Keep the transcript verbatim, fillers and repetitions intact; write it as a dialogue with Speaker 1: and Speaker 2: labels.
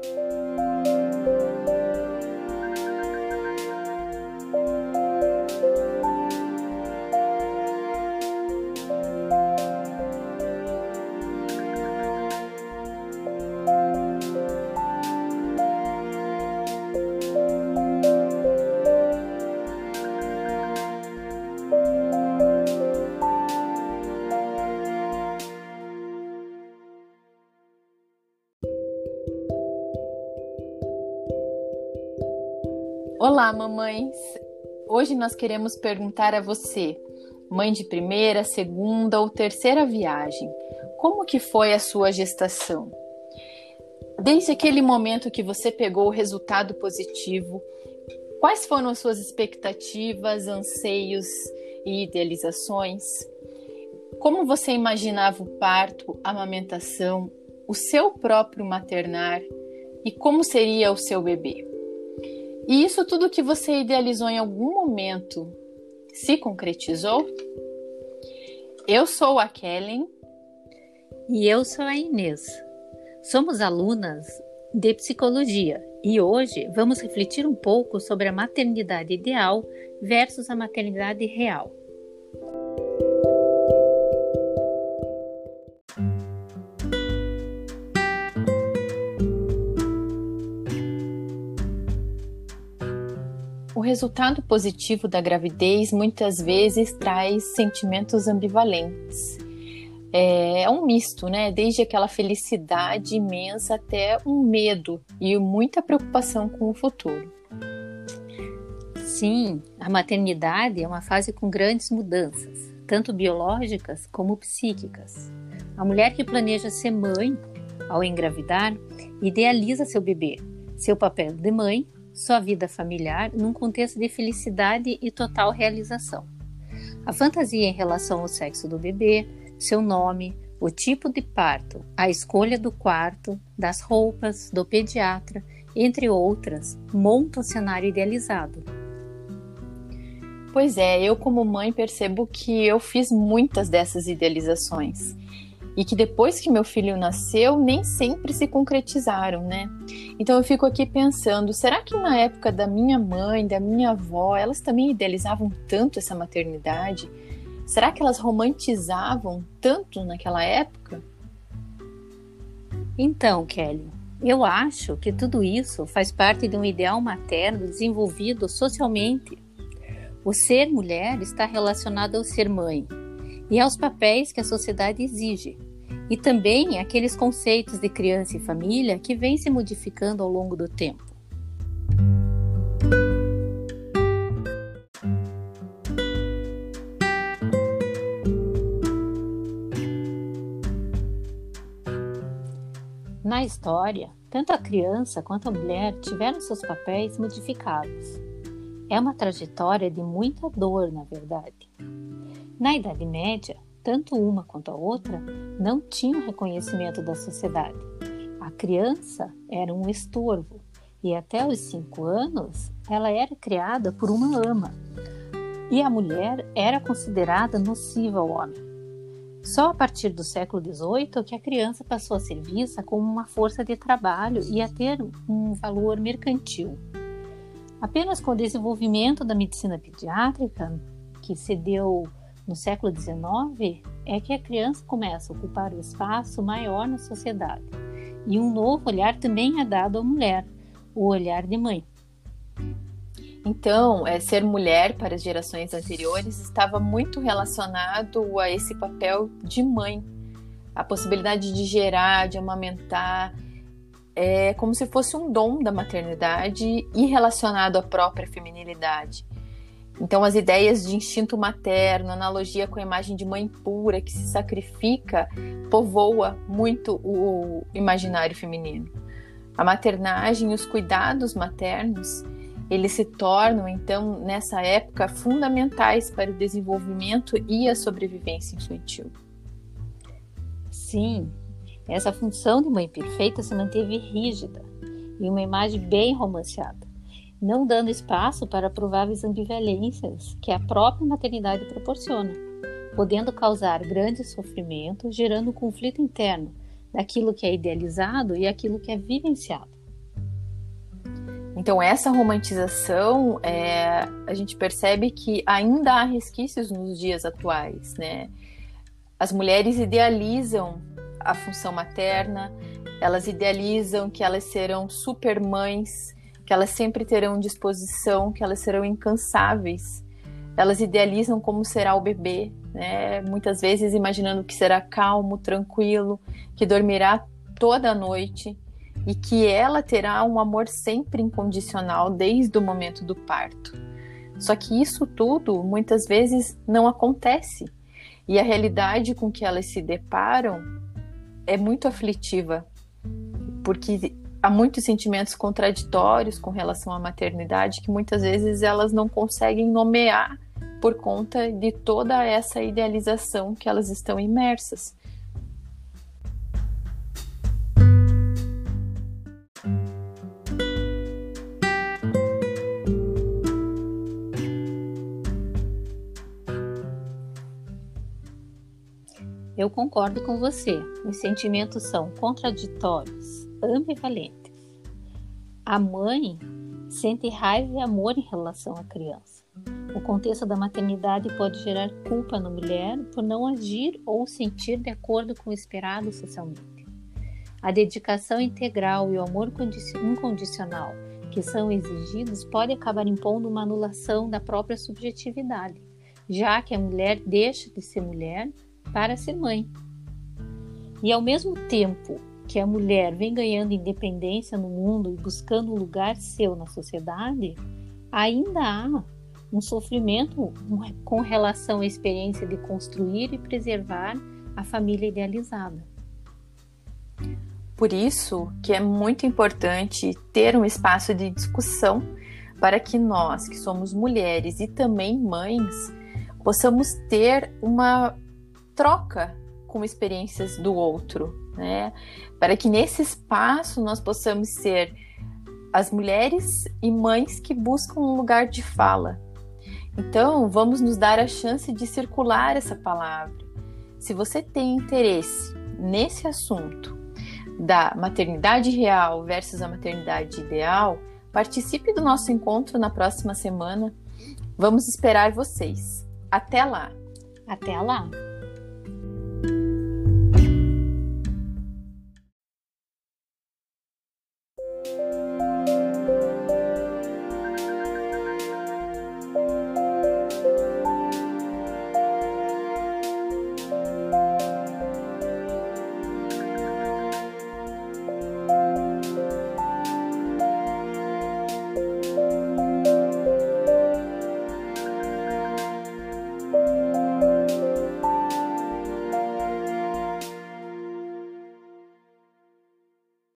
Speaker 1: Olá, mamães! Hoje nós queremos perguntar a você, mãe de primeira, segunda ou terceira viagem, como que foi a sua gestação? Desde aquele momento que você pegou o resultado positivo, quais foram as suas expectativas, anseios e idealizações? Como você imaginava o parto, a amamentação, o seu próprio maternar e como seria o seu bebê? E isso tudo que você idealizou em algum momento se concretizou? Eu sou a Kellen.
Speaker 2: E eu sou a Inês. Somos alunas de psicologia e hoje vamos refletir um pouco sobre a maternidade ideal versus a maternidade real.
Speaker 1: O resultado positivo da gravidez muitas vezes traz sentimentos ambivalentes. É um misto, né? Desde aquela felicidade imensa até um medo e muita preocupação com o futuro.
Speaker 2: Sim, a maternidade é uma fase com grandes mudanças, tanto biológicas como psíquicas. A mulher que planeja ser mãe, ao engravidar, idealiza seu bebê, seu papel de mãe, sua vida familiar num contexto de felicidade e total realização. A fantasia em relação ao sexo do bebê, seu nome, o tipo de parto, a escolha do quarto, das roupas, do pediatra, entre outras, monta um cenário idealizado.
Speaker 1: Pois é, eu como mãe percebo que eu fiz muitas dessas idealizações e que depois que meu filho nasceu, nem sempre se concretizaram, né? Então eu fico aqui pensando, será que na época da minha mãe, da minha avó, elas também idealizavam tanto essa maternidade? Será que elas romantizavam tanto naquela época?
Speaker 2: Então, Kelly, eu acho que tudo isso faz parte de um ideal materno desenvolvido socialmente. O ser mulher está relacionado ao ser mãe e aos papéis que a sociedade exige, e também aqueles conceitos de criança e família que vêm se modificando ao longo do tempo. Na história, tanto a criança quanto a mulher tiveram seus papéis modificados. É uma trajetória de muita dor, na verdade. Na Idade Média, tanto uma quanto a outra não tinham reconhecimento da sociedade. A criança era um estorvo e até os cinco anos ela era criada por uma ama e a mulher era considerada nociva ao homem. Só a partir do século dezoito que a criança passou a ser vista como uma força de trabalho e a ter um valor mercantil. Apenas com o desenvolvimento da medicina pediátrica, que se deu no século dezenove, é que a criança começa a ocupar um espaço maior na sociedade. E um novo olhar também é dado à mulher, o olhar de mãe.
Speaker 1: Então, é, ser mulher para as gerações anteriores estava muito relacionado a esse papel de mãe. A possibilidade de gerar, de amamentar, é como se fosse um dom da maternidade e relacionado à própria feminilidade. Então, as ideias de instinto materno, analogia com a imagem de mãe pura que se sacrifica, povoa muito o imaginário feminino. A maternagem e os cuidados maternos, eles se tornam, então, nessa época, fundamentais para o desenvolvimento e a sobrevivência infantil.
Speaker 2: Sim, essa função de mãe perfeita se manteve rígida e uma imagem bem romanceada, não dando espaço para prováveis ambivalências que a própria maternidade proporciona, podendo causar grande sofrimento, gerando um conflito interno daquilo que é idealizado e aquilo que é vivenciado.
Speaker 1: Então, essa romantização, é, a gente percebe que ainda há resquícios nos dias atuais, né? As mulheres idealizam a função materna, elas idealizam que elas serão super mães, que elas sempre terão disposição, que elas serão incansáveis. Elas idealizam como será o bebê, né? Muitas vezes imaginando que será calmo, tranquilo, que dormirá toda a noite e que ela terá um amor sempre incondicional desde o momento do parto. Só que isso tudo muitas vezes não acontece e a realidade com que elas se deparam é muito aflitiva, porque há muitos sentimentos contraditórios com relação à maternidade que muitas vezes elas não conseguem nomear por conta de toda essa idealização que elas estão imersas.
Speaker 2: Eu concordo com você. Os sentimentos são contraditórios, ambivalentes. A mãe sente raiva e amor em relação à criança. O contexto da maternidade pode gerar culpa na mulher por não agir ou sentir de acordo com o esperado socialmente. A dedicação integral e o amor incondicional que são exigidos pode acabar impondo uma anulação da própria subjetividade, já que a mulher deixa de ser mulher para ser mãe. E ao mesmo tempo que a mulher vem ganhando independência no mundo e buscando um lugar seu na sociedade, ainda há um sofrimento com relação à experiência de construir e preservar a família idealizada.
Speaker 1: Por isso que é muito importante ter um espaço de discussão para que nós, que somos mulheres e também mães, possamos ter uma troca com experiências do outro, né? Para que nesse espaço nós possamos ser as mulheres e mães que buscam um lugar de fala. Então, vamos nos dar a chance de circular essa palavra. Se você tem interesse nesse assunto da maternidade real versus a maternidade ideal, participe do nosso encontro na próxima semana. Vamos esperar vocês. Até lá!
Speaker 2: Até lá!